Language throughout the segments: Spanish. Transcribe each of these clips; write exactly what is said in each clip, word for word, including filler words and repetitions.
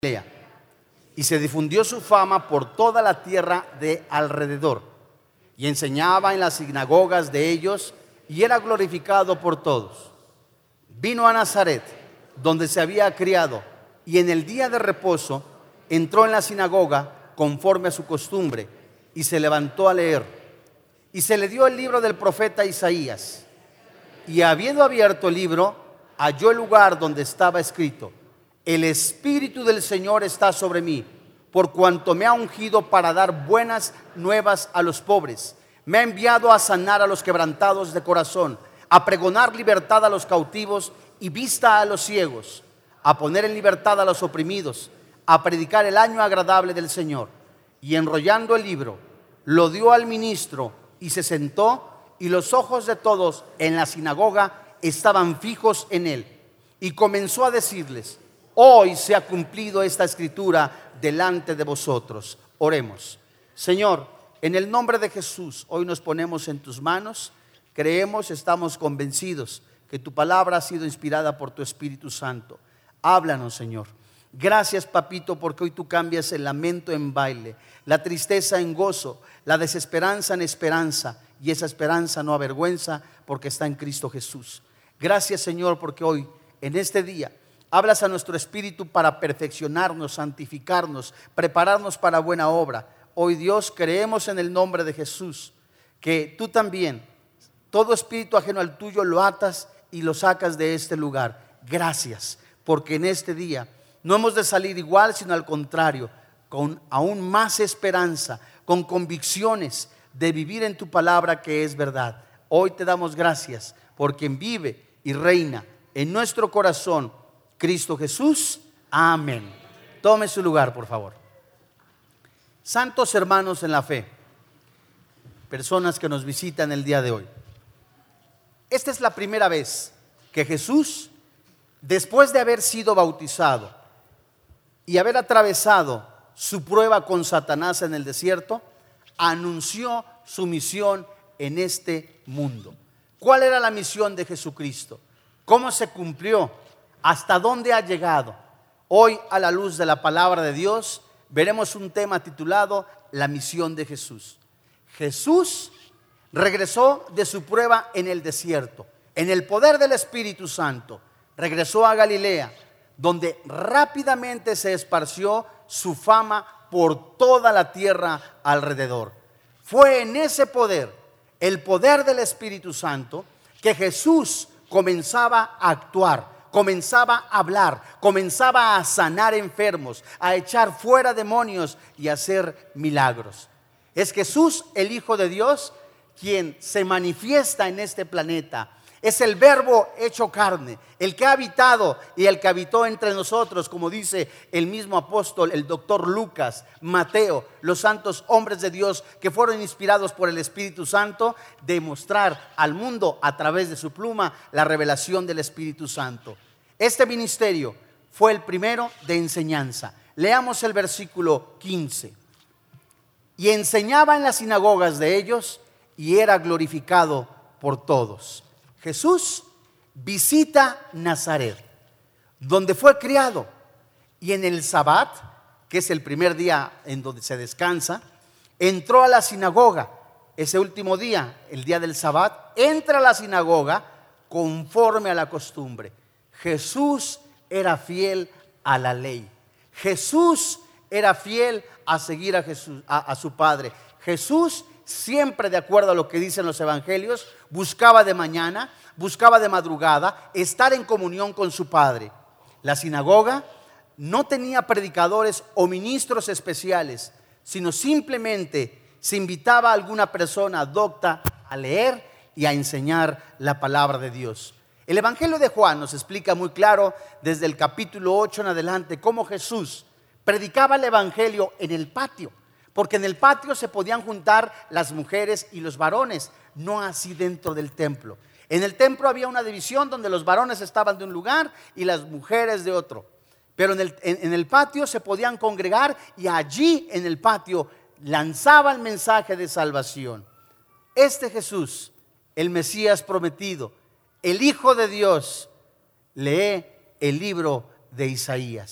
y se difundió su fama por toda la tierra de alrededor, y enseñaba en las sinagogas de ellos, y era glorificado por todos. Vino a Nazaret, donde se había criado, y en el día de reposo entró en la sinagoga conforme a su costumbre, y se levantó a leer. Y se le dio el libro del profeta Isaías, y habiendo abierto el libro, halló el lugar donde estaba escrito: el Espíritu del Señor está sobre mí, por cuanto me ha ungido para dar buenas nuevas a los pobres. Me ha enviado a sanar a los quebrantados de corazón, a pregonar libertad a los cautivos y vista a los ciegos, a poner en libertad a los oprimidos, a predicar el año agradable del Señor. Y enrollando el libro, lo dio al ministro y se sentó, y los ojos de todos en la sinagoga estaban fijos en él. Y comenzó a decirles: hoy se ha cumplido esta escritura delante de vosotros. Oremos. Señor, en el nombre de Jesús, hoy nos ponemos en tus manos. Creemos, estamos convencidos que tu palabra ha sido inspirada por tu Espíritu Santo. Háblanos, Señor. Gracias, papito, porque hoy tú cambias el lamento en baile, la tristeza en gozo, la desesperanza en esperanza, y esa esperanza no avergüenza porque está en Cristo Jesús. Gracias, Señor, porque hoy, en este día, hablas a nuestro espíritu para perfeccionarnos, santificarnos, prepararnos para buena obra. Hoy, Dios, creemos en el nombre de Jesús que tú también, todo espíritu ajeno al tuyo, lo atas y lo sacas de este lugar. Gracias, porque en este día no hemos de salir igual, sino al contrario, con aún más esperanza, con convicciones de vivir en tu palabra que es verdad. Hoy te damos gracias por quien vive y reina en nuestro corazón, Cristo Jesús. Amén. Tome su lugar, por favor. Santos hermanos en la fe, personas que nos visitan el día de hoy, esta es la primera vez que Jesús, después de haber sido bautizado y haber atravesado su prueba con Satanás en el desierto, anunció su misión en este mundo. ¿Cuál era la misión de Jesucristo? ¿Cómo se cumplió? ¿Hasta dónde ha llegado? Hoy, a la luz de la palabra de Dios, veremos un tema titulado La misión de Jesús. Jesús regresó de su prueba en el desierto, en el poder del Espíritu Santo. Regresó a Galilea, donde rápidamente se esparció su fama por toda la tierra alrededor. Fue en ese poder, el poder del Espíritu Santo, que Jesús comenzaba a actuar, comenzaba a hablar, comenzaba a sanar enfermos, a echar fuera demonios y a hacer milagros. Es Jesús, el Hijo de Dios, quien se manifiesta en este planeta. Es el Verbo hecho carne, el que ha habitado y el que habitó entre nosotros, como dice el mismo apóstol, el doctor Lucas, Mateo, los santos hombres de Dios que fueron inspirados por el Espíritu Santo, de mostrar al mundo a través de su pluma la revelación del Espíritu Santo. Este ministerio fue el primero de enseñanza. Leamos el versículo quince. Y enseñaba en las sinagogas de ellos, y era glorificado por todos. Jesús visita Nazaret, donde fue criado, y en el Sabbat, que es el primer día en donde se descansa, entró a la sinagoga. Ese último día, el día del Sabbat, entra a la sinagoga conforme a la costumbre. Jesús era fiel a la ley. Jesús era fiel a seguir a, Jesús, a, a su Padre. Jesús, siempre de acuerdo a lo que dicen los evangelios, buscaba de mañana, buscaba de madrugada estar en comunión con su Padre. La sinagoga no tenía predicadores o ministros especiales, sino simplemente se invitaba a alguna persona docta a leer y a enseñar la palabra de Dios. El Evangelio de Juan nos explica muy claro desde el capítulo ocho en adelante cómo Jesús predicaba el Evangelio en el patio, porque en el patio se podían juntar las mujeres y los varones, no así dentro del templo. En el templo había una división donde los varones estaban de un lugar y las mujeres de otro. Pero en el, en, en el patio se podían congregar, y allí en el patio lanzaba el mensaje de salvación. Este Jesús, el Mesías prometido, el Hijo de Dios, lee el libro de Isaías.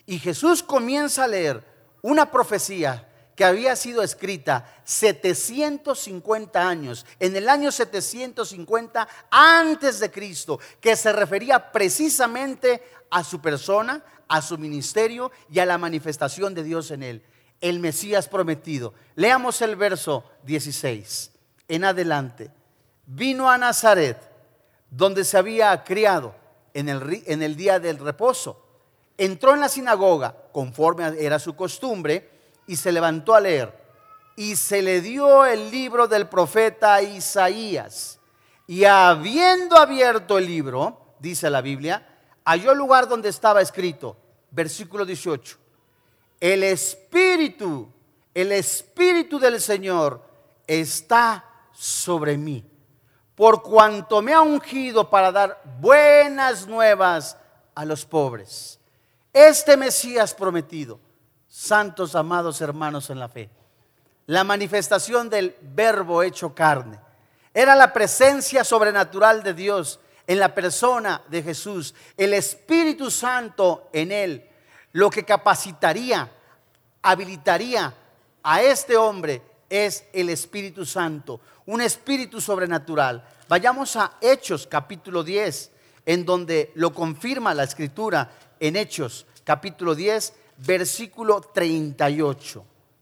Y Jesús comienza a leer una profecía que había sido escrita setecientos cincuenta años, en el año setecientos cincuenta antes de Cristo, que se refería precisamente a su persona, a su ministerio y a la manifestación de Dios en él, el Mesías prometido. Leamos el verso dieciséis en adelante. Vino a Nazaret, donde se había criado en el, en el día del reposo. Entró en la sinagoga, conforme era su costumbre, y se levantó a leer. Y se le dio el libro del profeta Isaías. Y habiendo abierto el libro, dice la Biblia, halló el lugar donde estaba escrito, versículo dieciocho. El Espíritu, el Espíritu del Señor está sobre mí, por cuanto me ha ungido para dar buenas nuevas a los pobres. Este Mesías prometido, santos amados hermanos en la fe, la manifestación del Verbo hecho carne, era la presencia sobrenatural de Dios en la persona de Jesús, el Espíritu Santo en él, lo que capacitaría, habilitaría a este hombre es el Espíritu Santo, un espíritu sobrenatural. Vayamos a Hechos capítulo diez, en donde lo confirma la Escritura, en Hechos capítulo diez, versículo treinta y ocho.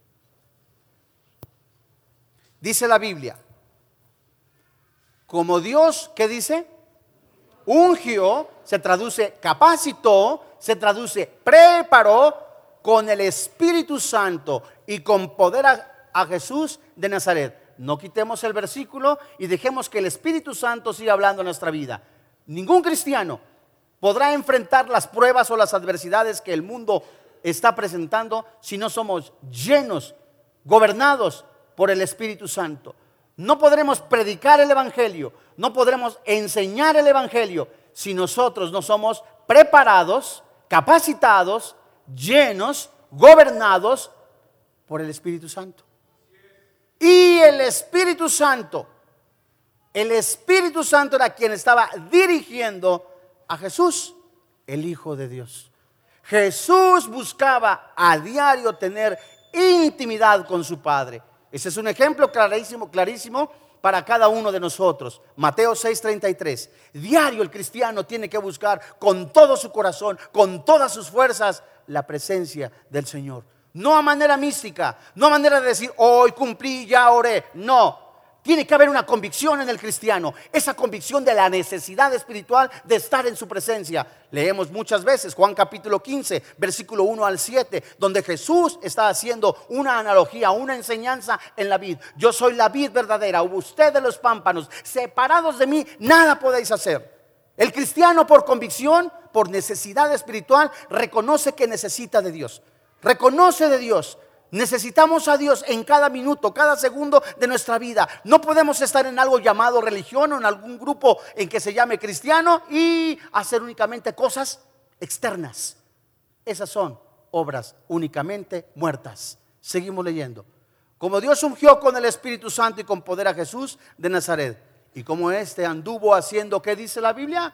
Dice la Biblia, como Dios, ¿qué dice? Ungió, se traduce capacitó, se traduce preparó con el Espíritu Santo y con poder a, a Jesús de Nazaret. No quitemos el versículo y dejemos que el Espíritu Santo siga hablando en nuestra vida. Ningún cristiano podrá enfrentar las pruebas o las adversidades que el mundo está presentando si no somos llenos, gobernados por el Espíritu Santo. No podremos predicar el Evangelio, no podremos enseñar el Evangelio si nosotros no somos preparados, capacitados, llenos, gobernados por el Espíritu Santo. Y el Espíritu Santo, el Espíritu Santo era quien estaba dirigiendo a Jesús, el Hijo de Dios. Jesús buscaba a diario tener intimidad con su Padre. Ese es un ejemplo clarísimo, clarísimo para cada uno de nosotros. Mateo seis treinta y tres. Diario el cristiano tiene que buscar con todo su corazón, con todas sus fuerzas, la presencia del Señor. No a manera mística, no a manera de decir, hoy cumplí, ya oré. No, tiene que haber una convicción en el cristiano, esa convicción de la necesidad espiritual de estar en su presencia. Leemos muchas veces Juan capítulo quince, versículo uno al siete, donde Jesús está haciendo una analogía, una enseñanza en la vid. Yo soy la vid verdadera, ustedes los pámpanos, separados de mí nada podéis hacer. El cristiano por convicción, por necesidad espiritual, reconoce que necesita de Dios. Reconoce de Dios. Necesitamos a Dios en cada minuto, cada segundo de nuestra vida. No podemos estar en algo llamado religión o en algún grupo en que se llame cristiano y hacer únicamente cosas externas. Esas son obras únicamente muertas. Seguimos leyendo. Como Dios ungió con el Espíritu Santo y con poder a Jesús de Nazaret, y como éste anduvo haciendo, ¿qué dice la Biblia?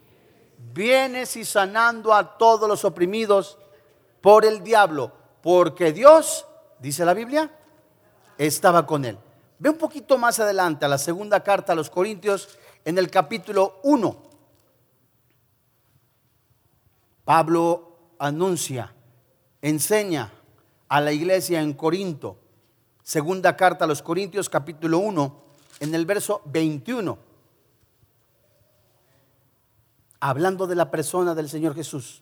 Bienes y sanando a todos los oprimidos por el diablo, porque Dios, dice la Biblia, estaba con él. Ve un poquito más adelante a la segunda carta a los Corintios, en el capítulo uno. Pablo anuncia, enseña a la iglesia en Corinto. Segunda carta a los Corintios, capítulo uno, en el verso veintiuno. Hablando de la persona del Señor Jesús.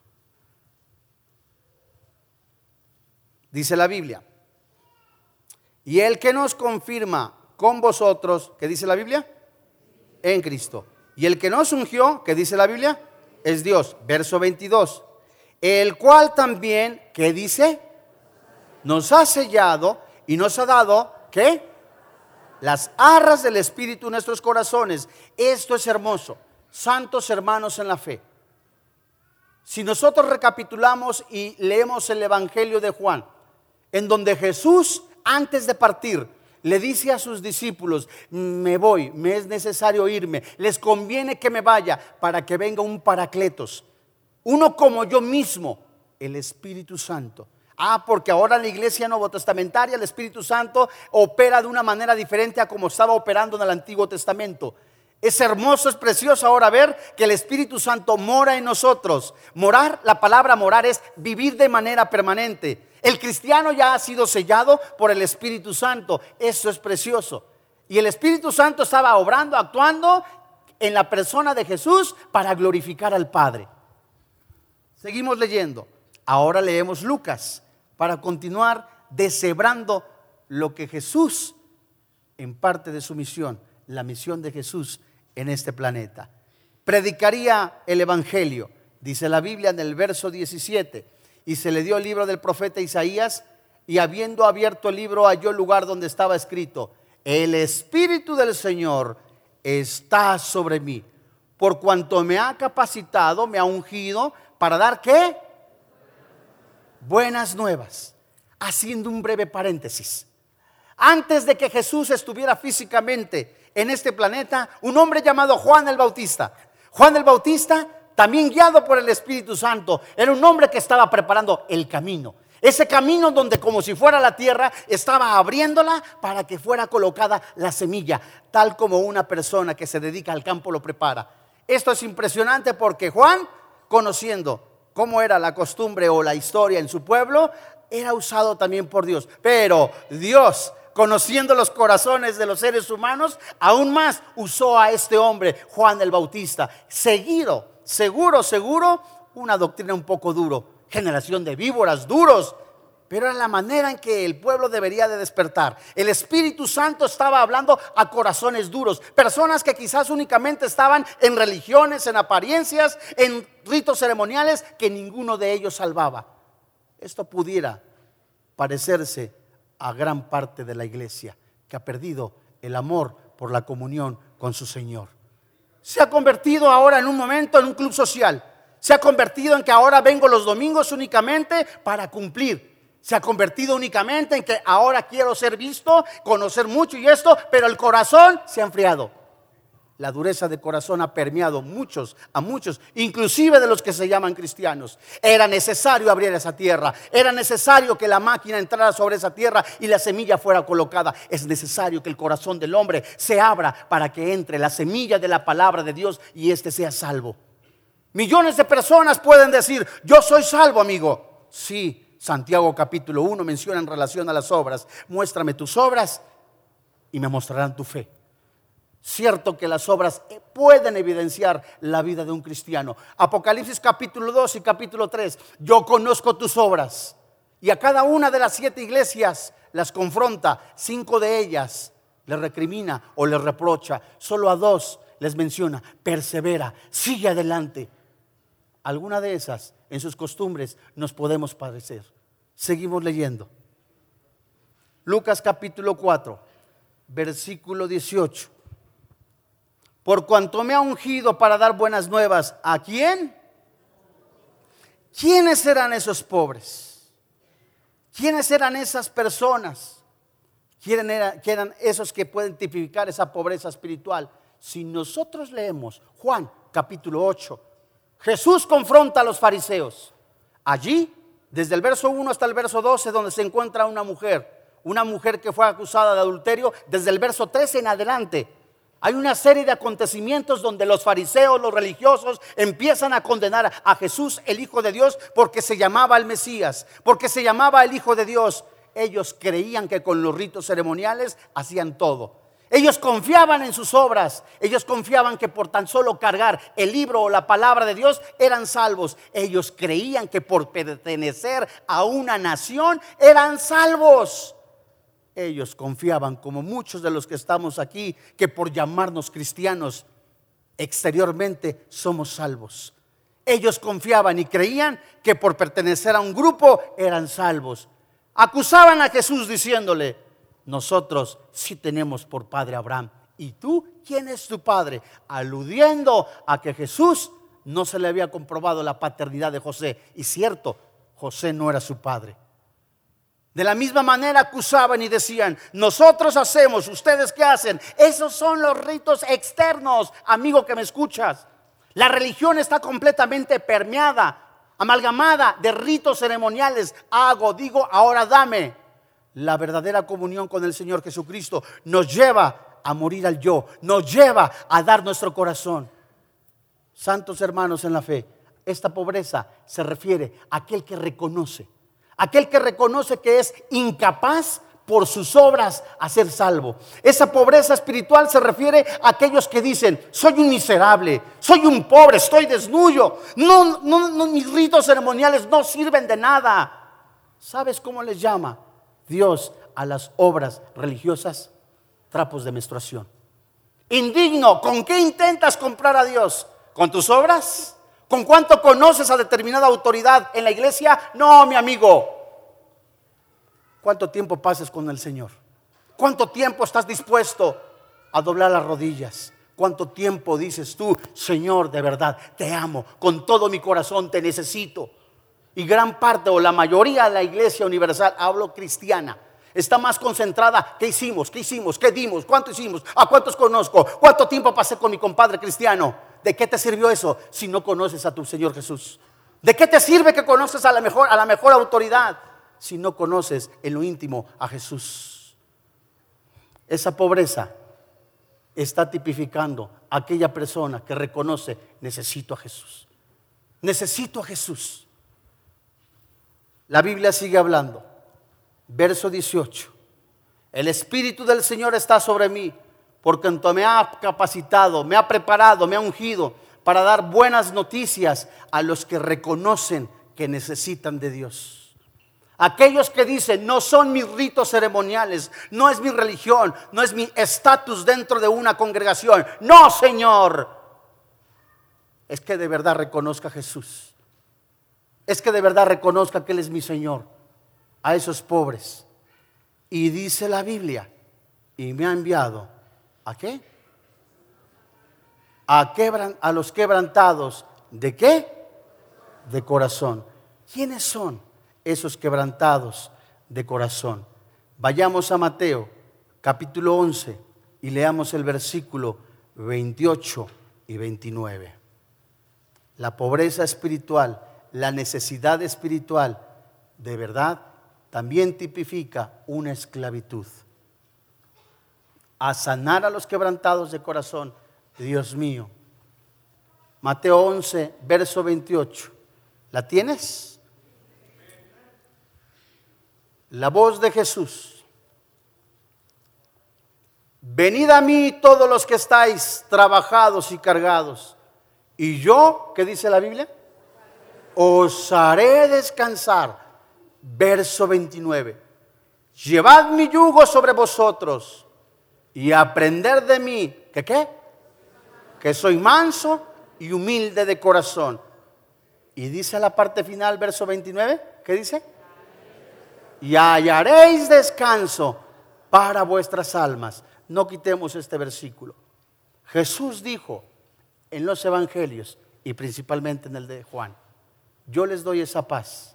Dice la Biblia, y el que nos confirma con vosotros, ¿qué dice la Biblia? En Cristo. Y el que nos ungió, ¿qué dice la Biblia? Es Dios. Verso veintidós. El cual también, ¿qué dice? Nos ha sellado y nos ha dado, ¿qué? Las arras del Espíritu en nuestros corazones. Esto es hermoso. Santos hermanos en la fe. Si nosotros recapitulamos y leemos el Evangelio de Juan, en donde Jesús, antes de partir, le dice a sus discípulos, me voy, me es necesario irme, les conviene que me vaya para que venga un paracletos, uno como yo mismo, El Espíritu Santo. Ah, porque ahora en la iglesia novotestamentaria el Espíritu Santo opera de una manera diferente a como estaba operando en el Antiguo Testamento. Es hermoso, es precioso ahora ver que el Espíritu Santo mora en nosotros. Morar, la palabra morar es vivir de manera permanente. El cristiano ya ha sido sellado por el Espíritu Santo. Eso es precioso. Y el Espíritu Santo estaba obrando, actuando en la persona de Jesús para glorificar al Padre. Seguimos leyendo. Ahora leemos Lucas para continuar deshebrando lo que Jesús, en parte de su misión, la misión de Jesús en este planeta. Predicaría el Evangelio, dice la Biblia en el verso diecisiete, y se le dio el libro del profeta Isaías, y habiendo abierto el libro halló el lugar donde estaba escrito: el Espíritu del Señor está sobre mí, por cuanto me ha capacitado, me ha ungido para dar ¿qué? Buenas nuevas. Haciendo un breve paréntesis, antes de que Jesús estuviera físicamente en este planeta, un hombre llamado Juan el Bautista, Juan el Bautista, también guiado por el Espíritu Santo, era un hombre que estaba preparando el camino. Ese camino donde, como si fuera la tierra, estaba abriéndola para que fuera colocada la semilla, tal como una persona que se dedica al campo lo prepara. Esto es impresionante porque Juan, conociendo cómo era la costumbre o la historia en su pueblo, era usado también por Dios. Pero Dios, conociendo los corazones de los seres humanos, aún más usó a este hombre, Juan el Bautista. Seguido, seguro, seguro, una doctrina un poco duro, generación de víboras, duros, pero era la manera en que el pueblo debería de despertar. El Espíritu Santo estaba hablando a corazones duros, personas que quizás únicamente estaban en religiones, en apariencias, en ritos ceremoniales que ninguno de ellos salvaba. Esto pudiera parecerse a gran parte de la iglesia que ha perdido el amor por la comunión con su Señor. Se ha convertido ahora en un momento en un club social. Se ha convertido en que ahora vengo los domingos únicamente para cumplir. Se ha convertido únicamente en que ahora quiero ser visto, conocer mucho y esto, pero el corazón se ha enfriado. La dureza de corazón ha permeado muchos, a muchos, inclusive de los que se llaman cristianos. Era necesario abrir esa tierra, era necesario que la máquina entrara sobre esa tierra y la semilla fuera colocada. Es necesario que el corazón del hombre se abra para que entre la semilla de la palabra de Dios y éste sea salvo. Millones de personas pueden decir: yo soy salvo, amigo. Sí, Santiago capítulo uno menciona en relación a las obras: muéstrame tus obras y me mostrarán tu fe. Cierto que las obras pueden evidenciar la vida de un cristiano. Apocalipsis capítulo dos y capítulo tres: yo conozco tus obras. Y a cada una de las siete iglesias las confronta. Cinco de ellas les recrimina o les reprocha. Solo a dos les menciona: persevera, sigue adelante. Alguna de esas, en sus costumbres, nos podemos parecer. Seguimos leyendo. Lucas capítulo cuatro, versículo dieciocho. Por cuanto me ha ungido para dar buenas nuevas, ¿a quién? ¿Quiénes eran esos pobres? ¿Quiénes eran esas personas? ¿Quiénes eran, quién eran esos que pueden tipificar esa pobreza espiritual? Si nosotros leemos Juan capítulo ocho, Jesús confronta a los fariseos. Allí, desde el verso uno hasta el verso doce, donde se encuentra una mujer, una mujer que fue acusada de adulterio, desde el verso trece en adelante, hay una serie de acontecimientos donde los fariseos, los religiosos, empiezan a condenar a Jesús, el Hijo de Dios, porque se llamaba el Mesías, porque se llamaba el Hijo de Dios. Ellos creían que con los ritos ceremoniales hacían todo. Ellos confiaban en sus obras. Ellos confiaban que por tan solo cargar el libro o la palabra de Dios eran salvos. Ellos creían que por pertenecer a una nación eran salvos. Ellos confiaban, como muchos de los que estamos aquí, que por llamarnos cristianos exteriormente somos salvos. Ellos confiaban y creían que por pertenecer a un grupo eran salvos. Acusaban a Jesús diciéndole: nosotros sí tenemos por padre a Abraham. ¿Y tú quién es tu padre? Aludiendo a que Jesús no se le había comprobado la paternidad de José. Y cierto, José no era su padre. De la misma manera acusaban y decían: nosotros hacemos, ¿ustedes qué hacen? Esos son los ritos externos. Amigo que me escuchas, la religión está completamente permeada amalgamada de ritos ceremoniales hago, digo, ahora dame. La verdadera comunión con el Señor Jesucristo nos lleva a morir al yo, nos lleva a dar nuestro corazón. Santos hermanos en la fe, esta pobreza se refiere a aquel que reconoce, aquel que reconoce que es incapaz por sus obras a ser salvo. Esa pobreza espiritual se refiere a aquellos que dicen: soy un miserable, soy un pobre, estoy desnudo, no, no, no, mis ritos ceremoniales no sirven de nada. ¿Sabes cómo les llama Dios a las obras religiosas? Trapos de menstruación. Indigno. ¿Con qué intentas comprar a Dios? ¿Con tus obras? ¿Con cuánto conoces a determinada autoridad en la iglesia? No, mi amigo. ¿Cuánto tiempo pasas con el Señor? ¿Cuánto tiempo estás dispuesto a doblar las rodillas? ¿Cuánto tiempo dices tú: Señor, de verdad te amo, con todo mi corazón te necesito? Y gran parte o la mayoría de la iglesia universal, hablo cristiana, está más concentrada: ¿qué hicimos? ¿Qué hicimos? ¿Qué dimos? ¿Cuánto hicimos? ¿A cuántos conozco? ¿Cuánto tiempo pasé con mi compadre cristiano? ¿De qué te sirvió eso si no conoces a tu Señor Jesús? ¿De qué te sirve que conoces a la mejor, a la mejor autoridad si no conoces en lo íntimo a Jesús? Esa pobreza está tipificando a aquella persona que reconoce: necesito a Jesús, necesito a Jesús. La Biblia sigue hablando. Verso dieciocho: el Espíritu del Señor está sobre mí, por cuanto me ha capacitado, me ha preparado, me ha ungido para dar buenas noticias a los que reconocen que necesitan de Dios. Aquellos que dicen: no son mis ritos ceremoniales, no es mi religión, no es mi estatus dentro de una congregación. No, Señor, es que de verdad reconozca a Jesús, es que de verdad reconozca que Él es mi Señor. A esos pobres. Y dice la Biblia: y me ha enviado ¿a qué? A, quebran, a los quebrantados. ¿De qué? De corazón. ¿Quiénes son esos quebrantados de corazón? Vayamos a Mateo capítulo once y leamos el versículo veintiocho y veintinueve. La pobreza espiritual, la necesidad espiritual, de verdad, también tipifica una esclavitud. A sanar a los quebrantados de corazón, Dios mío. Mateo once, verso veintiocho. ¿La tienes? La voz de Jesús: venid a mí todos los que estáis trabajados y cargados, y yo, ¿qué dice la Biblia? Os haré descansar. Verso veintinueve: llevad mi yugo sobre vosotros y aprended de mí. ¿Qué qué? Que soy manso y humilde de corazón. Y dice la parte final, verso veintinueve, ¿qué dice? Y hallaréis descanso para vuestras almas. No quitemos este versículo. Jesús dijo en los evangelios y principalmente en el de Juan: yo les doy esa paz,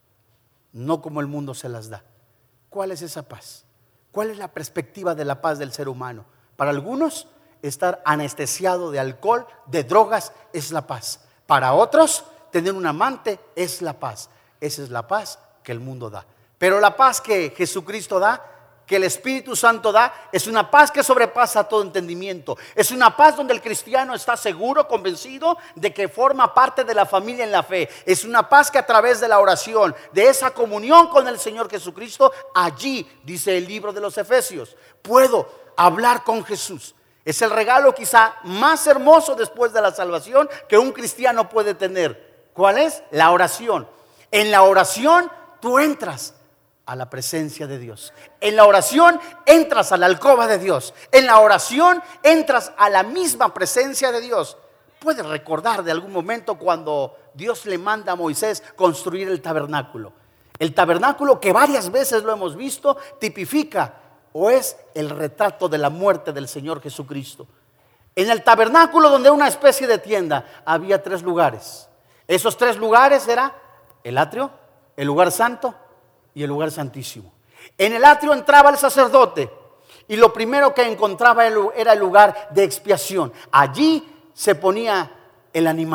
no como el mundo se las da. ¿Cuál es esa paz? ¿Cuál es la perspectiva de la paz del ser humano? Para algunos, estar anestesiado de alcohol, de drogas, es la paz. Para otros, tener un amante es la paz. Esa es la paz que el mundo da. Pero la paz que Jesucristo da, que el Espíritu Santo da, es una paz que sobrepasa todo entendimiento. Es una paz donde el cristiano está seguro, convencido de que forma parte de la familia en la fe. Es una paz que a través de la oración, de esa comunión con el Señor Jesucristo, allí, dice el libro de los Efesios, puedo hablar con Jesús. Es el regalo quizá más hermoso después de la salvación que un cristiano puede tener. ¿Cuál es? La oración. En la oración tú entras a la presencia de Dios. En la oración entras a la alcoba de Dios. En la oración entras a la misma presencia de Dios. Puedes recordar de algún momento cuando Dios le manda a Moisés construir el tabernáculo. El tabernáculo, que varias veces lo hemos visto, tipifica o es el retrato de la muerte del Señor Jesucristo. En el tabernáculo, donde era una especie de tienda, había tres lugares. Esos tres lugares eran el atrio, el lugar santo y el lugar santísimo. En el atrio entraba el sacerdote y lo primero que encontraba era el lugar de expiación. Allí se ponía el animal,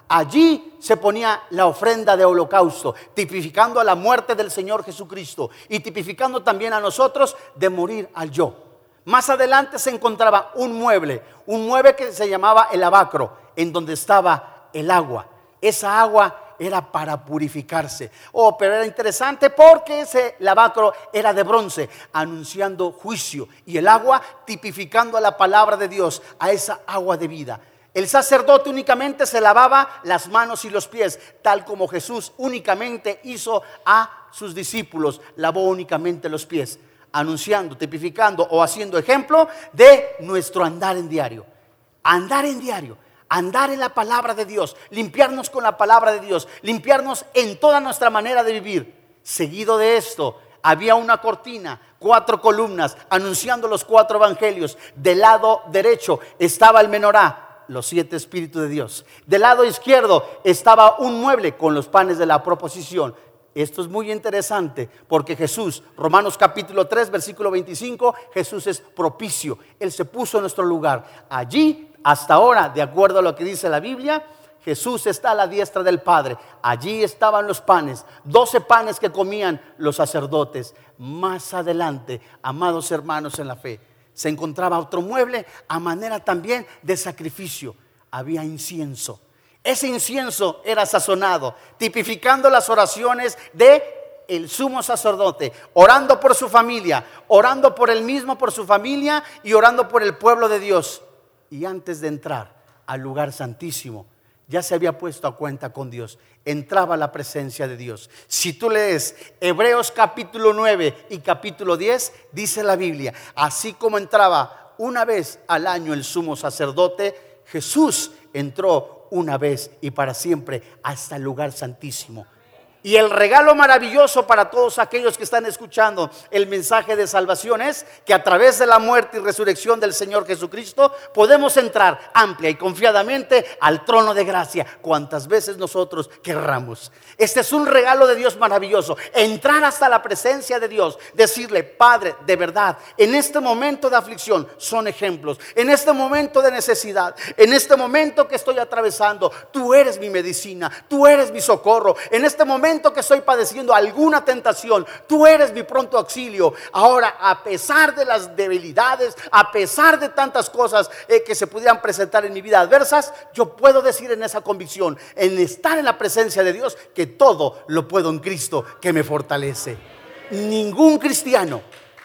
Allí se ponía la ofrenda de holocausto, tipificando a la muerte del Señor Jesucristo y tipificando también a nosotros de morir al yo. Más adelante se encontraba un mueble, un mueble que se llamaba el lavacro, en donde estaba el agua. Esa agua era para purificarse. Oh, pero era interesante porque ese lavacro era de bronce, anunciando juicio, y el agua tipificando a la palabra de Dios, a esa agua de vida. El sacerdote únicamente se lavaba las manos y los pies, tal como Jesús únicamente hizo a sus discípulos, lavó únicamente los pies, anunciando, tipificando o haciendo ejemplo de nuestro andar en diario. Andar en diario, andar en la palabra de Dios, limpiarnos con la palabra de Dios, limpiarnos en toda nuestra manera de vivir. Seguido de esto, había una cortina, cuatro columnas, anunciando los cuatro evangelios. Del lado derecho estaba el menorá, los siete espíritus de Dios. Del lado izquierdo estaba un mueble con los panes de la proposición. Esto es muy interesante porque Jesús, Romanos capítulo tres, versículo veinticinco, Jesús es propicio. Él se puso en nuestro lugar. Allí, hasta ahora, de acuerdo a lo que dice la Biblia, Jesús está a la diestra del Padre. Allí estaban los panes, doce panes que comían los sacerdotes. Más adelante, amados hermanos en la fe, se encontraba otro mueble a manera también de sacrificio. Había incienso. Ese incienso era sazonado, tipificando las oraciones de el sumo sacerdote, orando por su familia, orando por él mismo, por su familia y orando por el pueblo de Dios. Y antes de entrar al lugar santísimo, ya se había puesto a cuenta con Dios, entraba a la presencia de Dios. Si tú lees Hebreos capítulo nueve y capítulo diez, dice la Biblia, así como entraba una vez al año el sumo sacerdote, Jesús entró una vez y para siempre hasta el lugar santísimo. Y el regalo maravilloso para todos aquellos que están escuchando el mensaje de salvación es que a través de la muerte y resurrección del Señor Jesucristo podemos entrar amplia y confiadamente al trono de gracia cuantas veces nosotros querramos. Este es un regalo de Dios maravilloso, entrar hasta la presencia de Dios, decirle: Padre, de verdad, en este momento de aflicción son ejemplos, en este momento de necesidad, en este momento que estoy atravesando, tú eres mi medicina, tú eres mi socorro. En este momento que estoy padeciendo alguna tentación, tú eres mi pronto auxilio. Ahora, a pesar de las debilidades, a pesar de tantas cosas eh, que se pudieran presentar en mi vida adversas, yo puedo decir en esa convicción, en estar en la presencia de Dios, que todo lo puedo en Cristo que me fortalece. Ningún cristiano,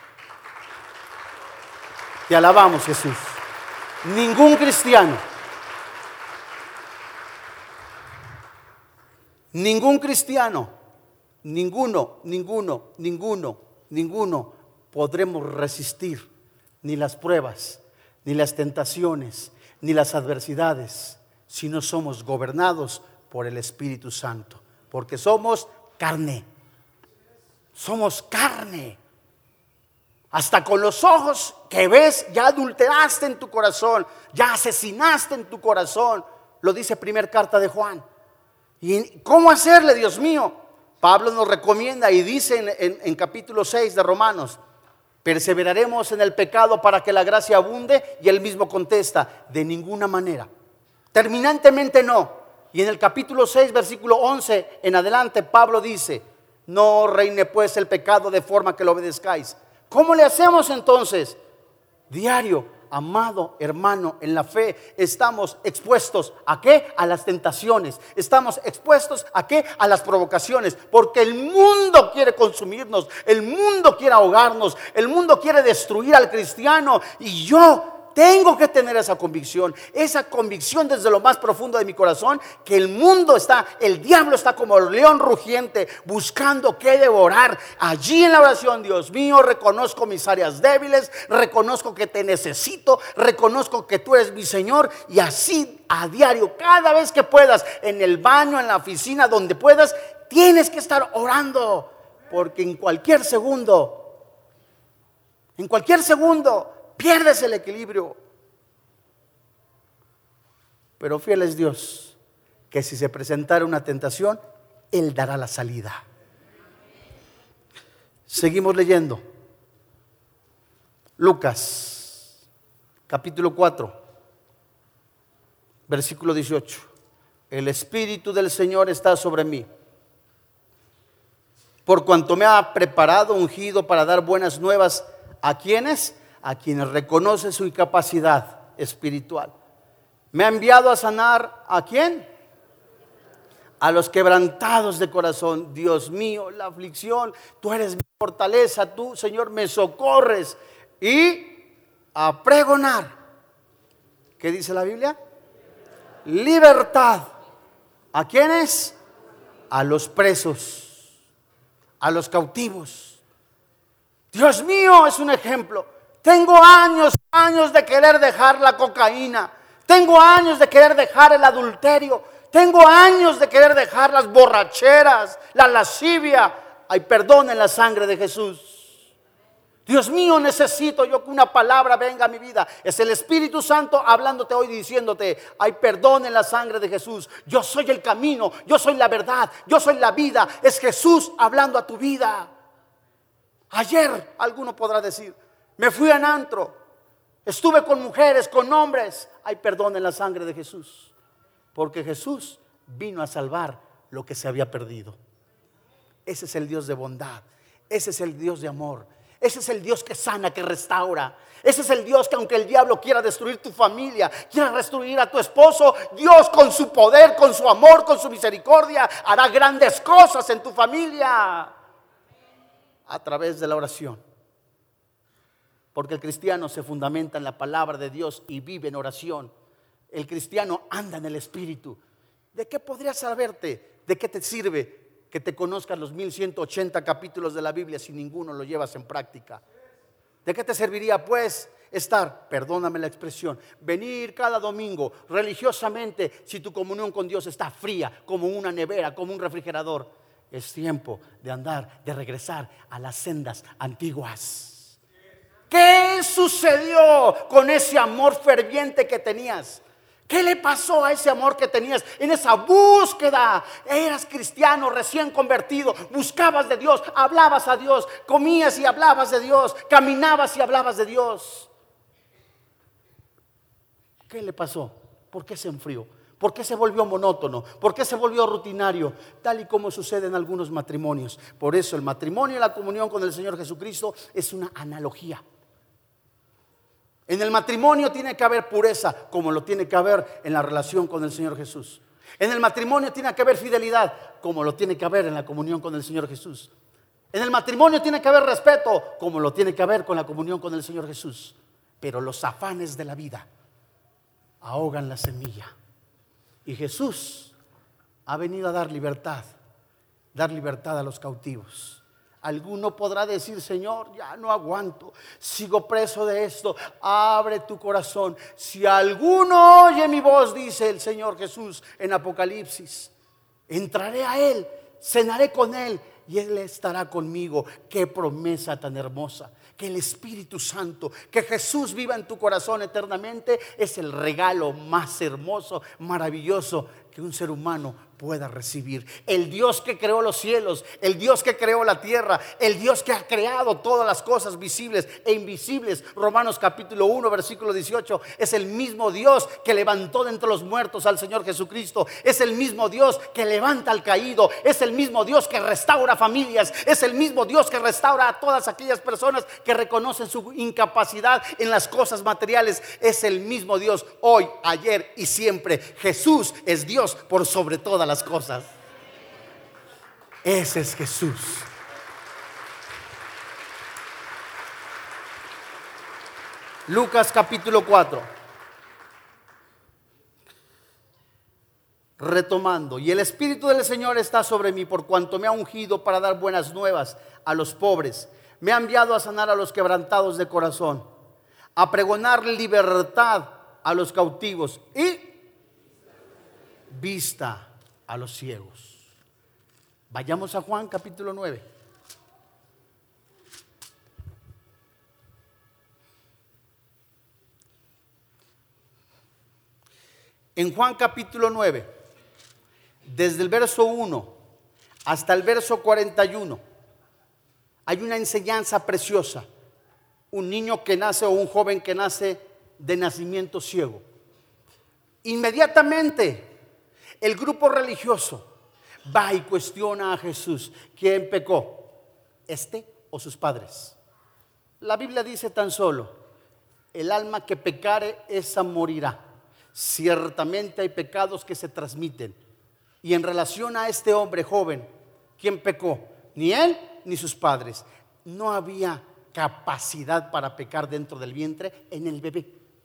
te alabamos, Jesús, ningún cristiano Ningún cristiano, ninguno, ninguno, ninguno, ninguno podremos resistir ni las pruebas, ni las tentaciones, ni las adversidades, si no somos gobernados por el Espíritu Santo, porque somos carne, somos carne. Hasta con los ojos que ves ya adulteraste en tu corazón, ya asesinaste en tu corazón, lo dice primera carta de Juan. ¿Y cómo hacerle, Dios mío? Pablo nos recomienda y dice en, en, en capítulo seis de Romanos: perseveraremos en el pecado para que la gracia abunde. Y él mismo contesta: de ninguna manera, terminantemente no. Y en el capítulo seis versículo once en adelante, Pablo dice: no reine pues el pecado de forma que lo obedezcáis. ¿Cómo le hacemos entonces? Diario. Amado hermano en la fe, estamos expuestos ¿a qué? A las tentaciones. Estamos expuestos ¿a qué? A las provocaciones, porque el mundo quiere consumirnos, el mundo quiere ahogarnos, el mundo quiere destruir al cristiano. Y yo tengo que tener esa convicción, esa convicción desde lo más profundo de mi corazón, que el mundo está, el diablo está como el león rugiente buscando qué devorar. Allí en la oración: Dios mío, reconozco mis áreas débiles, reconozco que te necesito, reconozco que tú eres mi Señor. Y así a diario, cada vez que puedas, en el baño, en la oficina, donde puedas, tienes que estar orando, porque en cualquier segundo, en cualquier segundo pierdes el equilibrio. Pero fiel es Dios, que si se presentara una tentación, Él dará la salida. Seguimos leyendo. Lucas capítulo cuatro versículo dieciocho. el Espíritu del Señor está sobre mí, por cuanto me ha preparado, ungido para dar buenas nuevas a quienes, a quienes reconocen su incapacidad espiritual. Me ha enviado a sanar ¿a quién? A los quebrantados de corazón. Dios mío, la aflicción, tú eres mi fortaleza, tú, Señor, me socorres. Y a pregonar, ¿qué dice la Biblia? Libertad. ¿A quiénes? A los presos, a los cautivos. Dios mío, es un ejemplo. Tengo años, años de querer dejar la cocaína. Tengo años de querer dejar el adulterio. Tengo años de querer dejar las borracheras, la lascivia. Hay perdón en la sangre de Jesús. Dios mío, necesito yo que una palabra venga a mi vida. Es el Espíritu Santo hablándote hoy, diciéndote: hay perdón en la sangre de Jesús. Yo soy el camino, yo soy la verdad, yo soy la vida. Es Jesús hablando a tu vida. Ayer alguno podrá decir: me fui en antro, estuve con mujeres, con hombres. Hay perdón en la sangre de Jesús, porque Jesús vino a salvar lo que se había perdido. Ese es el Dios de bondad, ese es el Dios de amor, ese es el Dios que sana, que restaura. Ese es el Dios que, aunque el diablo quiera destruir tu familia, quiera destruir a tu esposo, Dios con su poder, con su amor, con su misericordia, hará grandes cosas en tu familia a través de la oración. Porque el cristiano se fundamenta en la palabra de Dios y vive en oración. El cristiano anda en el Espíritu. ¿De qué podrías saberte? ¿De qué te sirve que te conozcas los mil ciento ochenta capítulos de la Biblia si ninguno lo llevas en práctica? ¿De qué te serviría pues estar, perdóname la expresión, venir cada domingo religiosamente si tu comunión con Dios está fría como una nevera, como un refrigerador? Es tiempo de andar, de regresar a las sendas antiguas. ¿Qué sucedió con ese amor ferviente que tenías? ¿Qué le pasó a ese amor que tenías en esa búsqueda? Eras cristiano recién convertido, buscabas de Dios, hablabas a Dios, comías y hablabas de Dios, caminabas y hablabas de Dios. ¿Qué le pasó? ¿Por qué se enfrió? ¿Por qué se volvió monótono? ¿Por qué se volvió rutinario? Tal y como sucede en algunos matrimonios. Por eso el matrimonio y la comunión con el Señor Jesucristo es una analogía. En el matrimonio tiene que haber pureza, como lo tiene que haber en la relación con el Señor Jesús. En el matrimonio tiene que haber fidelidad, como lo tiene que haber en la comunión con el Señor Jesús. En el matrimonio tiene que haber respeto, como lo tiene que haber con la comunión con el Señor Jesús. Pero los afanes de la vida ahogan la semilla. Y Jesús ha venido a dar libertad, dar libertad a los cautivos. Alguno podrá decir: Señor, ya no aguanto, sigo preso de esto. Abre tu corazón. Si alguno oye mi voz, dice el Señor Jesús en Apocalipsis, entraré a él, cenaré con él y él estará conmigo. Qué promesa tan hermosa. Que el Espíritu Santo, que Jesús viva en tu corazón eternamente, es el regalo más hermoso, maravilloso que un ser humano pueda recibir. El Dios que creó los cielos, el Dios que creó la tierra, el Dios que ha creado todas las cosas visibles e invisibles. Romanos capítulo uno versículo dieciocho. Es el mismo Dios que levantó de entre los muertos al Señor Jesucristo. Es el mismo Dios que levanta al caído. Es el mismo Dios que restaura familias. Es el mismo Dios que restaura a todas aquellas personas que reconocen su incapacidad en las cosas materiales. Es el mismo Dios hoy, ayer y siempre. Jesús es Dios por sobre todas las cosas. Ese es Jesús. Lucas capítulo cuatro. Retomando: y el Espíritu del Señor está sobre mí, por cuanto me ha ungido para dar buenas nuevas a los pobres. Me ha enviado a sanar a los quebrantados de corazón, a pregonar libertad a los cautivos y vista a los ciegos. Vayamos a Juan capítulo nueve. En Juan capítulo nueve, desde el verso uno hasta el verso cuarenta y uno, hay una enseñanza preciosa. Un niño que nace o un joven que nace de nacimiento ciego. Inmediatamente El grupo religioso va y cuestiona a Jesús. ¿Quién pecó? ¿Este o sus padres? La Biblia dice tan solo: el alma que pecare, esa morirá. Ciertamente hay pecados que se transmiten. Y en relación a este hombre joven, ¿quién pecó? Ni él ni sus padres. No había capacidad para pecar dentro del vientre en el bebé.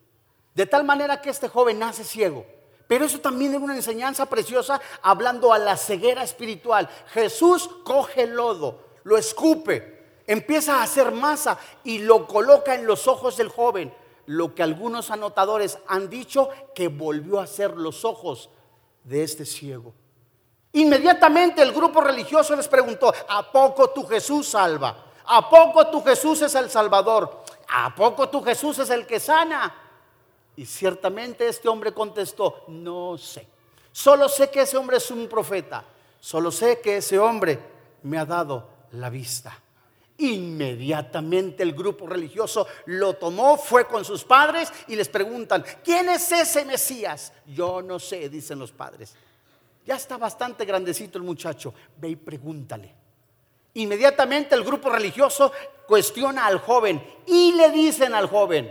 De tal manera que este joven nace ciego. Pero eso también es una enseñanza preciosa, hablando a la ceguera espiritual. Jesús coge el lodo, lo escupe, empieza a hacer masa y lo coloca en los ojos del joven. Lo que algunos anotadores han dicho, que volvió a ser los ojos de este ciego. Inmediatamente el grupo religioso les preguntó: ¿a poco tu Jesús salva? ¿A poco tu Jesús es el Salvador? ¿A poco tu Jesús es el que sana? Y ciertamente este hombre contestó: no sé. Solo sé que ese hombre es un profeta. Solo sé que ese hombre me ha dado la vista. Inmediatamente el grupo religioso lo tomó, fue con sus padres y les preguntan: ¿quién es ese Mesías? Yo no sé, dicen los padres. Ya está bastante grandecito el muchacho, ve y pregúntale. Inmediatamente el grupo religioso cuestiona al joven y le dicen al joven: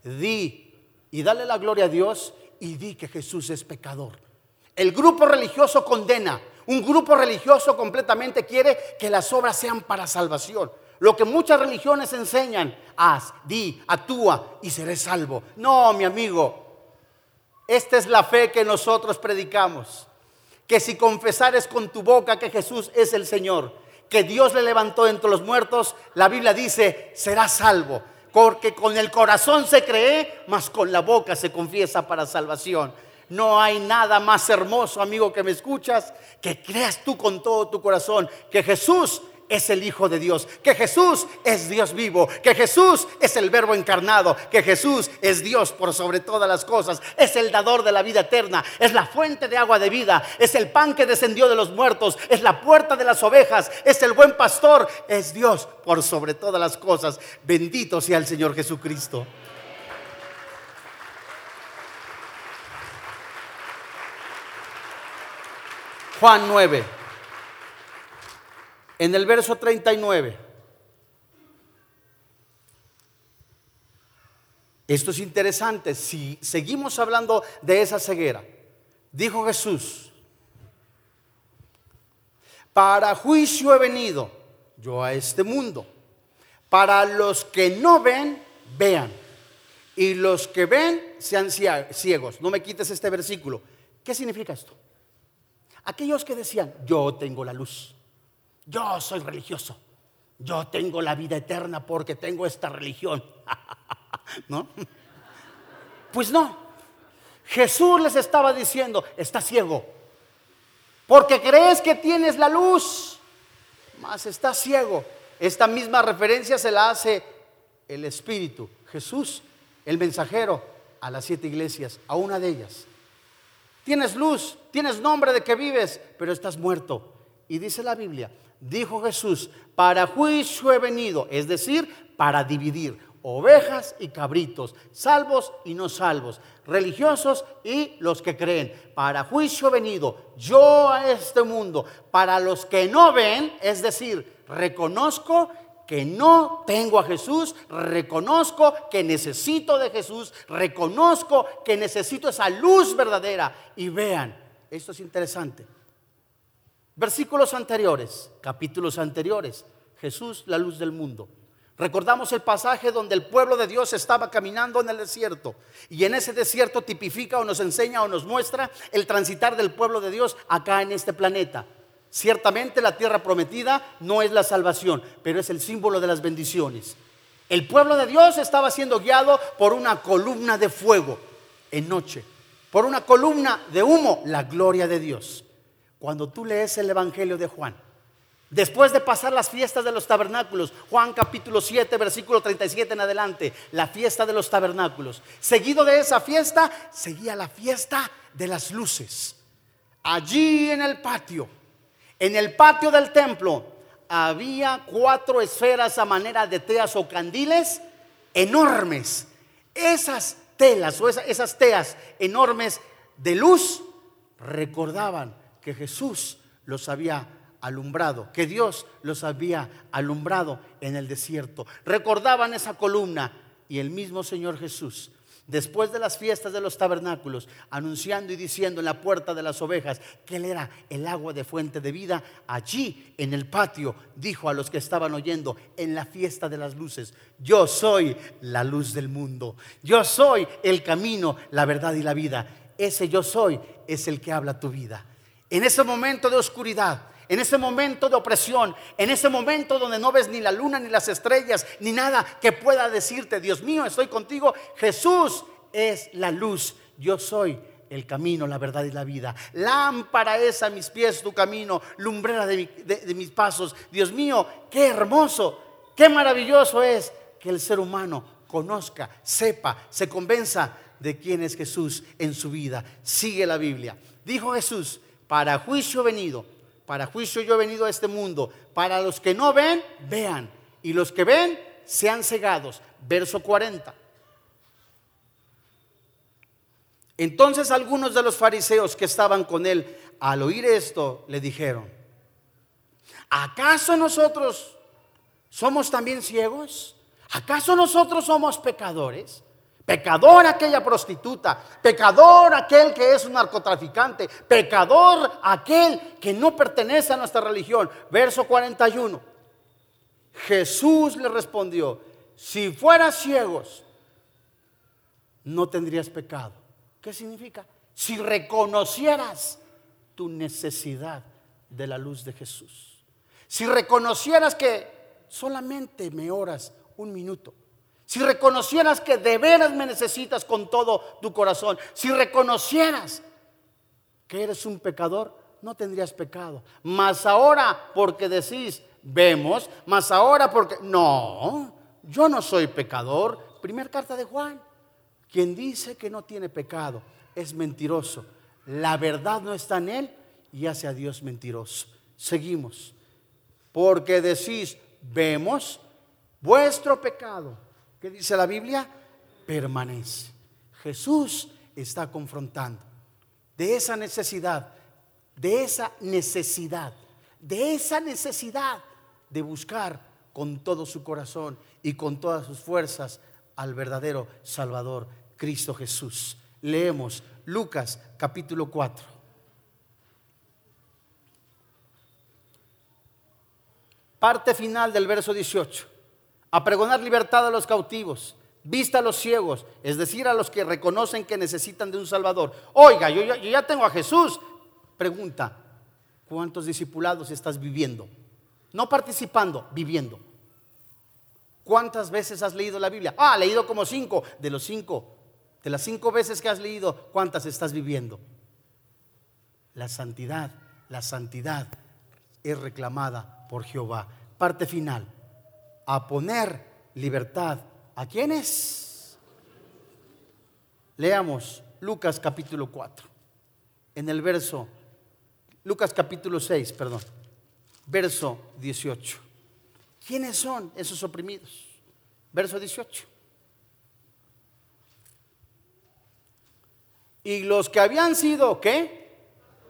di y dale la gloria a Dios y di que Jesús es pecador. El grupo religioso condena. Un grupo religioso completamente quiere que las obras sean para salvación. Lo que muchas religiones enseñan: haz, di, actúa y seré salvo. No, mi amigo, esta es la fe que nosotros predicamos. Que si confesares con tu boca que Jesús es el Señor, que Dios le levantó entre los muertos, la Biblia dice: serás salvo. Porque con el corazón se cree, mas con la boca se confiesa para salvación. No hay nada más hermoso, amigo que me escuchas, que creas tú con todo tu corazón que Jesús es el Hijo de Dios, que Jesús es Dios vivo, que Jesús es el Verbo encarnado, que Jesús es Dios por sobre todas las cosas, es el dador de la vida eterna, es la fuente de agua de vida, es el pan que descendió de los muertos, es la puerta de las ovejas, es el buen pastor, es Dios por sobre todas las cosas. Bendito sea el Señor Jesucristo. Juan nueve. En el verso treinta y nueve, esto es interesante. Si seguimos hablando de esa ceguera, dijo Jesús: para juicio he venido yo a este mundo, para los que no ven, vean, y los que ven sean ciegos. No me quites este versículo. ¿Qué significa esto? Aquellos que decían: yo tengo la luz, yo soy religioso, yo tengo la vida eterna porque tengo esta religión. ¿No? Pues no. Jesús les estaba diciendo: estás ciego porque crees que tienes la luz, mas estás ciego. Esta misma referencia se la hace el Espíritu, Jesús, el mensajero, a las siete iglesias, a una de ellas. Tienes luz, tienes nombre de que vives, pero estás muerto. Y dice la Biblia: dijo Jesús: para juicio he venido, es decir, para dividir ovejas y cabritos, salvos y no salvos, religiosos y los que creen. Para juicio he venido yo a este mundo, para los que no ven, es decir, reconozco que no tengo a Jesús, reconozco que necesito de Jesús, reconozco que necesito esa luz verdadera. Y vean, esto es interesante. Versículos anteriores, capítulos anteriores, Jesús, la luz del mundo. Recordamos el pasaje donde el pueblo de Dios estaba caminando en el desierto, y en ese desierto tipifica o nos enseña o nos muestra el transitar del pueblo de Dios acá en este planeta. Ciertamente la tierra prometida no es la salvación, pero es el símbolo de las bendiciones. El pueblo de Dios estaba siendo guiado por una columna de fuego en noche, por una columna de humo, la gloria de Dios. Cuando tú lees el Evangelio de Juan, después de pasar las fiestas de los tabernáculos, Juan capítulo siete, versículo treinta y siete en adelante, la fiesta de los tabernáculos, seguido de esa fiesta, seguía la fiesta de las luces. Allí en el patio, en el patio del templo, había cuatro esferas a manera de teas o candiles enormes. Esas telas o esas, esas teas enormes de luz recordaban que Jesús los había alumbrado, que Dios los había alumbrado en el desierto. Recordaban esa columna y el mismo Señor Jesús, después de las fiestas de los tabernáculos, anunciando y diciendo en la puerta de las ovejas que Él era el agua de fuente de vida, allí en el patio dijo a los que estaban oyendo en la fiesta de las luces: yo soy la luz del mundo, yo soy el camino, la verdad y la vida. Ese yo soy es el que habla tu vida. En ese momento de oscuridad, en ese momento de opresión, en ese momento donde no ves ni la luna ni las estrellas ni nada que pueda decirte: Dios mío, estoy contigo, Jesús es la luz. Yo soy el camino, la verdad y la vida. Lámpara es a mis pies tu camino, lumbrera de, mi, de, de mis pasos. Dios mío, qué hermoso, qué maravilloso es que el ser humano conozca, sepa, se convenza de quién es Jesús en su vida. Sigue la Biblia. Dijo Jesús: para juicio he venido, para juicio yo he venido a este mundo. Para los que no ven, vean, y los que ven, sean cegados. Verso cuarenta. Entonces algunos de los fariseos que estaban con él, al oír esto, le dijeron: ¿acaso nosotros somos también ciegos? ¿Acaso nosotros somos pecadores? Pecador aquella prostituta, pecador aquel que es un narcotraficante, pecador aquel que no pertenece a nuestra religión. Verso cuarenta y uno. Jesús le respondió: si fueras ciegos, no tendrías pecado. ¿Qué significa? Si reconocieras tu necesidad de la luz de Jesús, si reconocieras que solamente me oras un minuto, si reconocieras que de veras me necesitas con todo tu corazón, si reconocieras que eres un pecador, no tendrías pecado. Mas ahora porque decís vemos, mas ahora porque no, yo no soy pecador. Primera carta de Juan. Quien dice que no tiene pecado es mentiroso, la verdad no está en él y hace a Dios mentiroso. Seguimos. Porque decís vemos, vuestro pecado, ¿qué dice la Biblia? Permanece. Jesús está confrontando de esa necesidad, de esa necesidad, de esa necesidad de buscar con todo su corazón y con todas sus fuerzas al verdadero Salvador, Cristo Jesús. Leemos Lucas capítulo cuatro. Parte final del verso dieciocho. A pregonar libertad a los cautivos, vista a los ciegos, es decir, a los que reconocen que necesitan de un Salvador. Oiga, yo, yo, yo ya tengo a Jesús. Pregunta: ¿cuántos discipulados estás viviendo? No participando, viviendo. ¿Cuántas veces has leído la Biblia? Ah, leído como cinco. De los cinco, de las cinco veces que has leído, ¿cuántas estás viviendo? La santidad, la santidad es reclamada por Jehová. Parte final. A poner libertad. ¿A quiénes? Leamos Lucas capítulo cuatro. En el verso, Lucas capítulo seis, perdón, verso dieciocho. ¿Quiénes son esos oprimidos? Verso dieciocho. Y los que habían sido, ¿qué?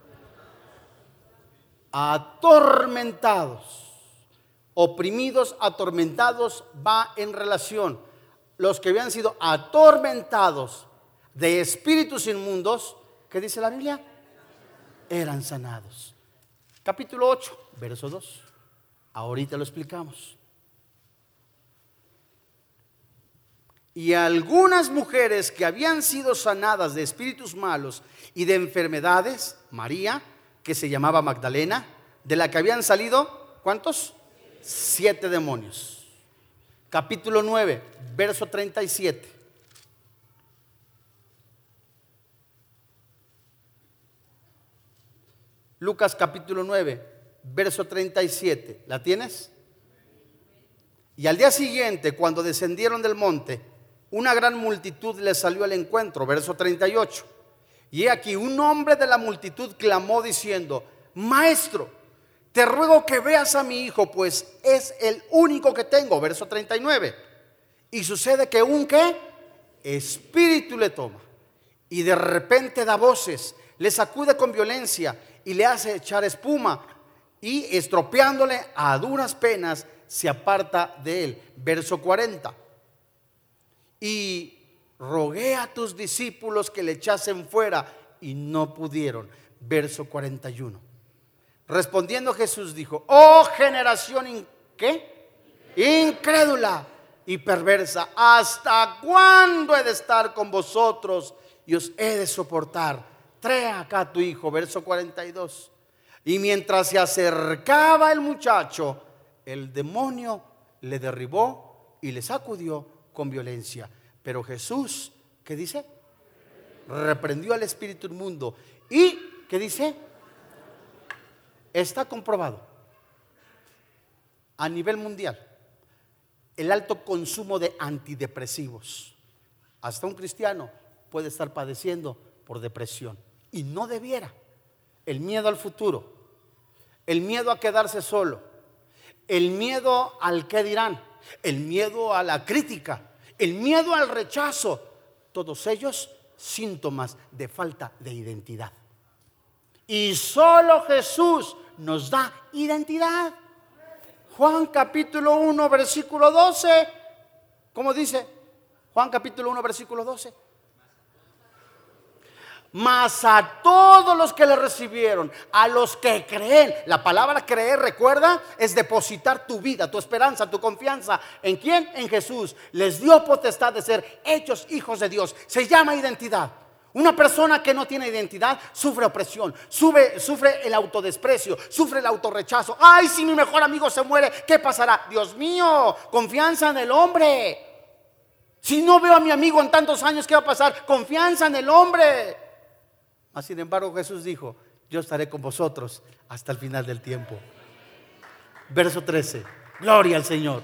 Atormentados. Oprimidos, atormentados, va en relación. Los que habían sido atormentados de espíritus inmundos, ¿qué dice la Biblia? Eran sanados. Capítulo ocho, verso dos. Ahorita lo explicamos. Y algunas mujeres que habían sido sanadas de espíritus malos y de enfermedades, María, que se llamaba Magdalena, de la que habían salido, ¿cuántos? Siete demonios. Capítulo nueve, verso treinta y siete. Lucas capítulo nueve, verso treinta y siete. ¿La tienes? Y al día siguiente, cuando descendieron del monte, una gran multitud les salió al encuentro. Verso treinta y ocho. Y he aquí un hombre de la multitud clamó diciendo: Maestro, te ruego que veas a mi hijo, pues es el único que tengo. Verso treinta y nueve. Y sucede que un ¿qué? Espíritu le toma, y de repente da voces, le sacude con violencia y le hace echar espuma, y estropeándole a duras penas se aparta de él. Verso cuarenta. Y rogué a tus discípulos que le echasen fuera y no pudieron. Verso cuarenta y uno. Respondiendo Jesús dijo: oh generación in- ¿qué? incrédula y perversa, ¿hasta cuándo he de estar con vosotros y os he de soportar? Trae acá a tu hijo. Verso cuarenta y dos. Y mientras se acercaba el muchacho, el demonio le derribó y le sacudió con violencia. Pero Jesús, ¿qué dice? Reprendió al espíritu inmundo. ¿Y qué dice? Está comprobado a nivel mundial el alto consumo de antidepresivos. Hasta un cristiano puede estar padeciendo por depresión y no debiera. El miedo al futuro, el miedo a quedarse solo, el miedo al qué dirán, el miedo a la crítica, el miedo al rechazo, todos ellos síntomas de falta de identidad. Y solo Jesús nos da identidad. Juan capítulo uno versículo doce. ¿Cómo dice? Juan capítulo uno versículo doce. Mas a todos los que le recibieron, a los que creen. La palabra creer, recuerda, es depositar tu vida, tu esperanza, tu confianza. ¿En quién? En Jesús. Les dio potestad de ser hechos hijos de Dios. Se llama identidad. Una persona que no tiene identidad sufre opresión, sufre, sufre el autodesprecio, sufre el autorrechazo. Ay, si mi mejor amigo se muere, ¿qué pasará? Dios mío, confianza en el hombre. Si no veo a mi amigo en tantos años, ¿qué va a pasar? Confianza en el hombre. Mas sin embargo Jesús dijo: yo estaré con vosotros hasta el final del tiempo. Verso trece. Gloria al Señor.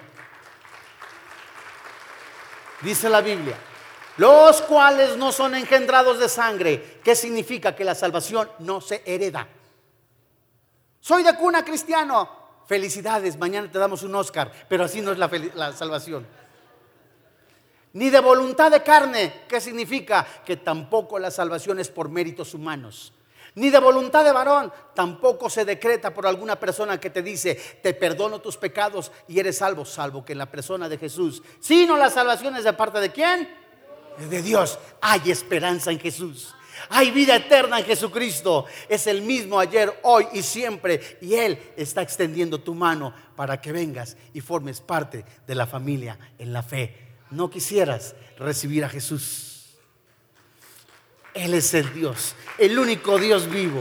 Dice la Biblia: los cuales no son engendrados de sangre. ¿Qué significa? Que la salvación no se hereda. Soy de cuna cristiano. Felicidades, mañana te damos un Oscar. Pero así no es la, la salvación. Ni de voluntad de carne. ¿Qué significa? Que tampoco la salvación es por méritos humanos. Ni de voluntad de varón. Tampoco se decreta por alguna persona que te dice: te perdono tus pecados y eres salvo. Salvo que en la persona de Jesús. Sino la salvación es de parte de ¿quién? De Dios. Hay esperanza en Jesús. Hay vida eterna en Jesucristo. Es el mismo ayer, hoy y siempre. Y Él está extendiendo tu mano para que vengas y formes parte de la familia en la fe. ¿No quisieras recibir a Jesús? Él es el Dios, el único Dios vivo.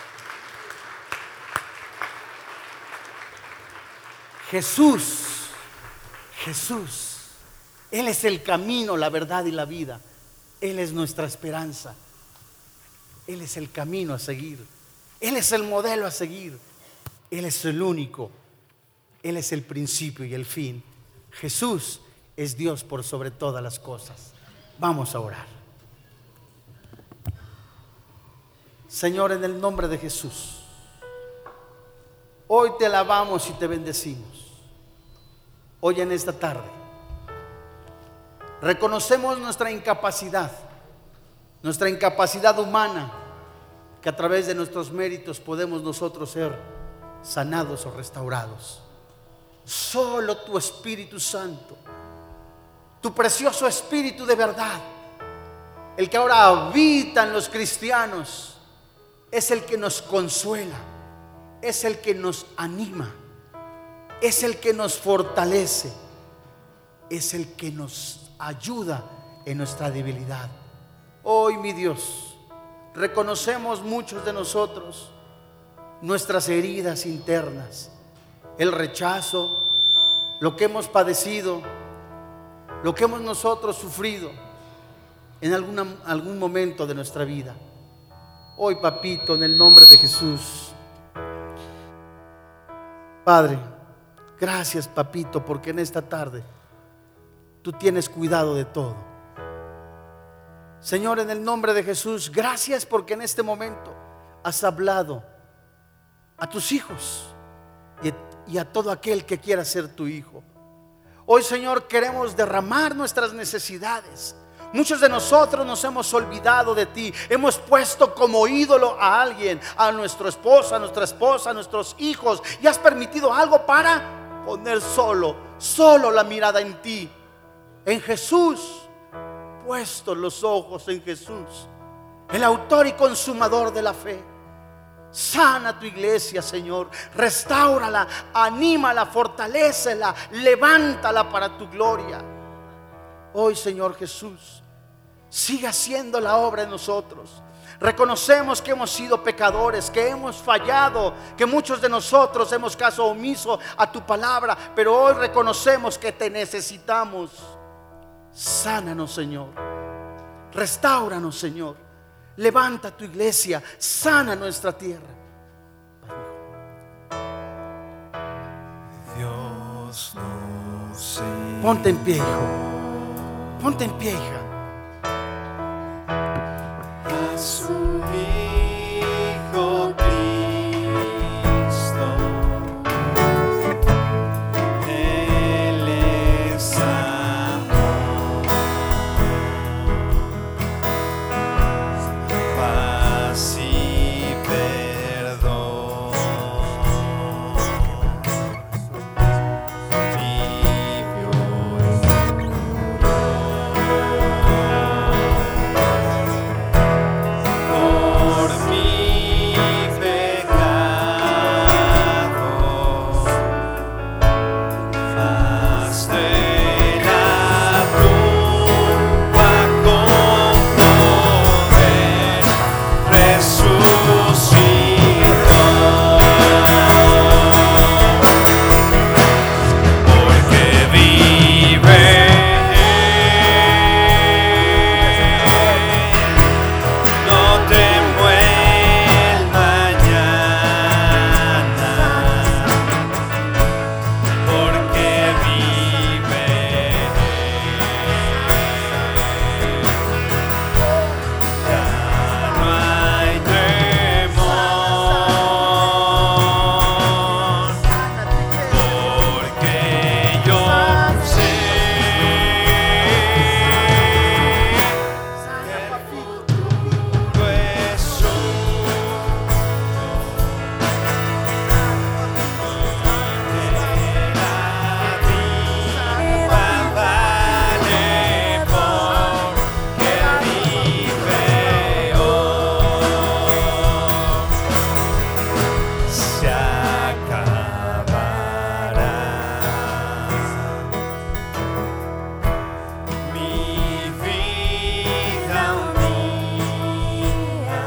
Jesús, Jesús. Él es el camino, la verdad y la vida. Él es nuestra esperanza. Él es el camino a seguir. Él es el modelo a seguir. Él es el único. Él es el principio y el fin. Jesús es Dios por sobre todas las cosas. Vamos a orar. Señor, en el nombre de Jesús, hoy te alabamos y te bendecimos. Hoy en esta tarde reconocemos nuestra incapacidad, nuestra incapacidad humana, que a través de nuestros méritos podemos nosotros ser sanados o restaurados. Solo tu Espíritu Santo, tu precioso Espíritu de verdad, el que ahora habita en los cristianos, es el que nos consuela, es el que nos anima, es el que nos fortalece, es el que nos ayuda en nuestra debilidad. Hoy, mi Dios, reconocemos muchos de nosotros nuestras heridas internas, el rechazo, lo que hemos padecido, lo que hemos nosotros sufrido en alguna, algún momento de nuestra vida. Hoy, papito, en el nombre de Jesús, Padre, gracias, papito, porque en esta tarde tú tienes cuidado de todo. Señor, en el nombre de Jesús, gracias porque en este momento has hablado a tus hijos y a, y a todo aquel que quiera ser tu hijo. Hoy, Señor, queremos derramar nuestras necesidades, Muchos de nosotros nos hemos olvidado de ti. Hemos puesto como ídolo a alguien, a nuestra esposa, a nuestra esposa, a nuestros hijos, y has permitido algo para poner solo, solo la mirada en ti, en Jesús. Puesto los ojos en Jesús, el autor y consumador de la fe. Sana tu iglesia, Señor. Restáurala, anímala, fortalécela, levántala para tu gloria. Hoy, Señor Jesús, sigue haciendo la obra en nosotros. Reconocemos que hemos sido pecadores, que hemos fallado, que muchos de nosotros hemos caso omiso a tu palabra, pero hoy reconocemos que te necesitamos. Sánanos, Señor. Restáuranos, Señor. Levanta tu iglesia, sana nuestra tierra. Dios nos envió. Ponte en pie, hijo. Ponte en pie, hija. A su Hijo Cristo, Él es amor, paz y perdón. Vivió y por mi pecado, hasta la tumba con poder resucitó, porque vive. No temo el mañana, porque vive. Ya no hay temor, porque yo sé pues vale porque vive hoy. Se acabará mi vida un día,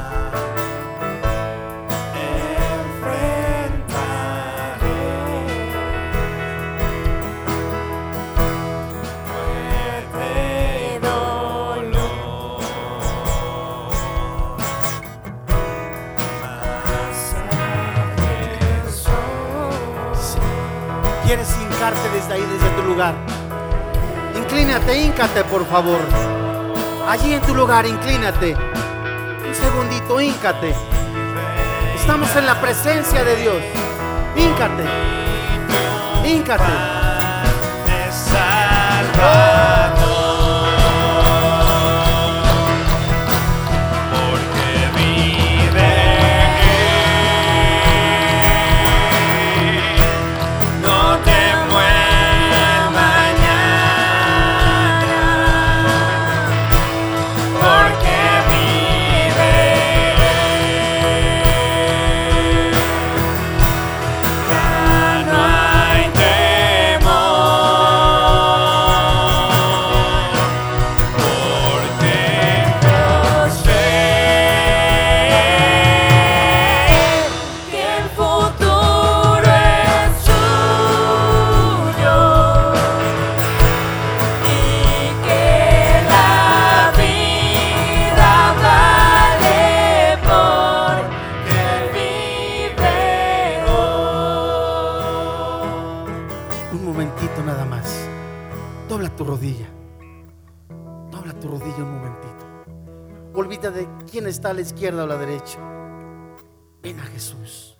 enfrentaré muerte y dolor, mas a Jesús. ¿Quieres hincarte desde ahí, desde tu lugar? Inclínate, híncate, por favor. Allí en tu lugar, inclínate. Un segundito, híncate. Estamos en la presencia de Dios. Híncate, híncate. de Salvador, porque vive. No temo el mañana, porque vive. Ya no hay temor, porque yo sé que el futuro es suyo y que la vida vale porque vive hoy. Un momentito nada más. Dobla tu rodilla. Dobla tu rodilla un momentito. Olvida de quién está a la izquierda o a la derecha. Ven a Jesús.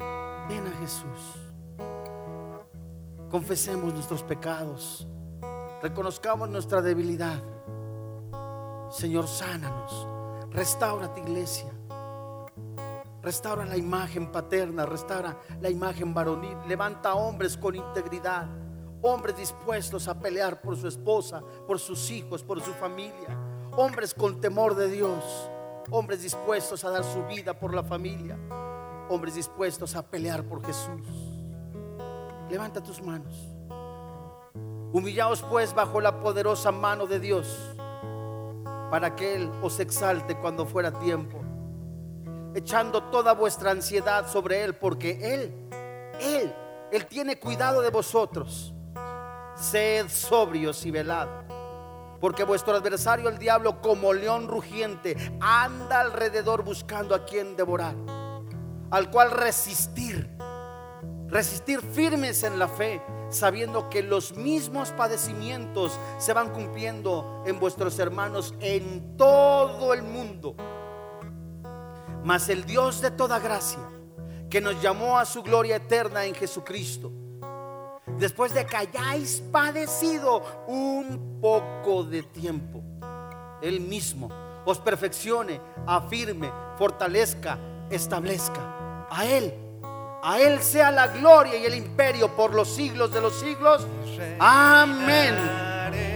Ven a Jesús. Confesemos nuestros pecados. reconozcamos nuestra debilidad. Señor, sánanos, restaura tu iglesia, restaura la imagen paterna, restaura la imagen varonil. Levanta hombres con integridad, hombres dispuestos a pelear por su esposa, por sus hijos, por su familia, hombres con temor de Dios, hombres dispuestos a dar su vida por la familia, hombres dispuestos a pelear por Jesús. Levanta tus manos. Humillaos pues bajo la poderosa mano de Dios, para que Él os exalte cuando fuera tiempo, echando toda vuestra ansiedad sobre Él, porque Él, Él, Él tiene cuidado de vosotros. Sed sobrios y velad, porque vuestro adversario el diablo, como león rugiente, anda alrededor buscando a quien devorar, al cual resistir, resistir firmes en la fe, sabiendo que los mismos padecimientos se van cumpliendo en vuestros hermanos en todo el mundo. Mas el Dios de toda gracia, que nos llamó a su gloria eterna en Jesucristo, después de que hayáis padecido un poco de tiempo, Él mismo os perfeccione, afirme, fortalezca, establezca. A Él, a Él sea la gloria y el imperio por los siglos de los siglos. Amén.